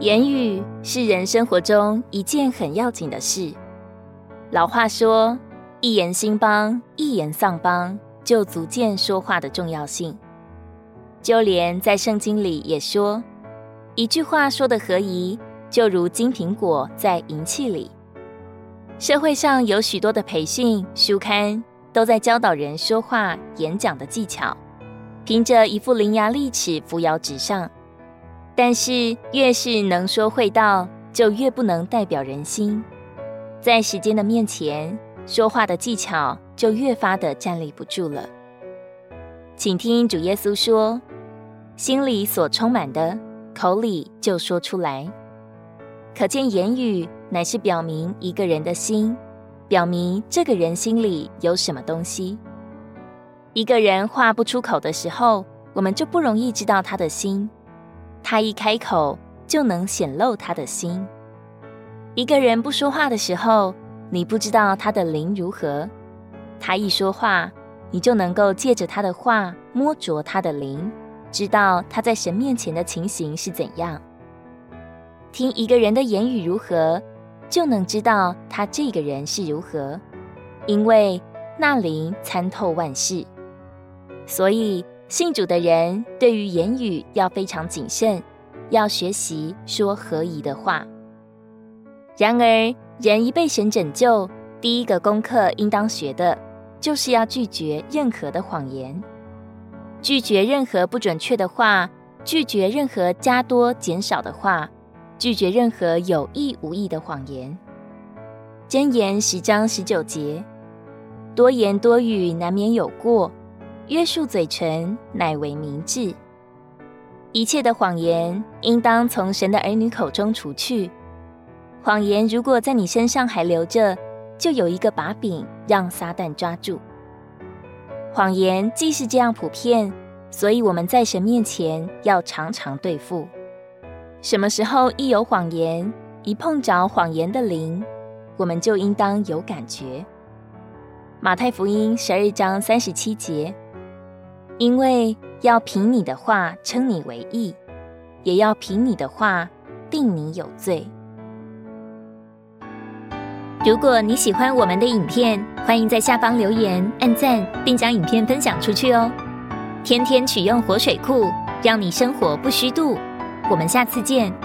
言语是人生活中一件很要紧的事。老话说，一言兴邦，一言丧邦，就足见说话的重要性。就连在圣经里也说，一句话说得合宜，就如金苹果在银器里。社会上有许多的培训书刊，都在教导人说话演讲的技巧，凭着一副伶牙俐齿扶摇直上。但是越是能说会道，就越不能代表人心。在时间的面前，说话的技巧就越发的站立不住了。请听主耶稣说，心里所充满的，口里就说出来。可见言语乃是表明一个人的心，表明这个人心里有什么东西。一个人话不出口的时候，我们就不容易知道他的心。他一开口，就能显露他的心。一个人不说话的时候，你不知道他的灵如何。他一说话，你就能够借着他的话摸着他的灵，知道他在神面前的情形是怎样。听一个人的言语如何，就能知道他这个人是如何，因为那灵参透万事。所以信主的人对于言语要非常谨慎，要学习说合宜的话。然而，人一被神拯救，第一个功课应当学的，就是要拒绝任何的谎言，拒绝任何不准确的话，拒绝任何加多减少的话，拒绝任何有意无意的谎言。箴言10章19节，多言多语难免有过，约束嘴唇乃为明智。一切的谎言应当从神的儿女口中除去。谎言如果在你身上还留着，就有一个把柄让撒旦抓住。谎言既是这样普遍，所以我们在神面前要常常对付。什么时候一有谎言，一碰着谎言的灵，我们就应当有感觉。马太福音12章37节，因为要凭你的话称你为义，也要凭你的话定你有罪。如果你喜欢我们的影片，欢迎在下方留言、按赞，并将影片分享出去哦。天天取用活水库，让你生活不虚度。我们下次见。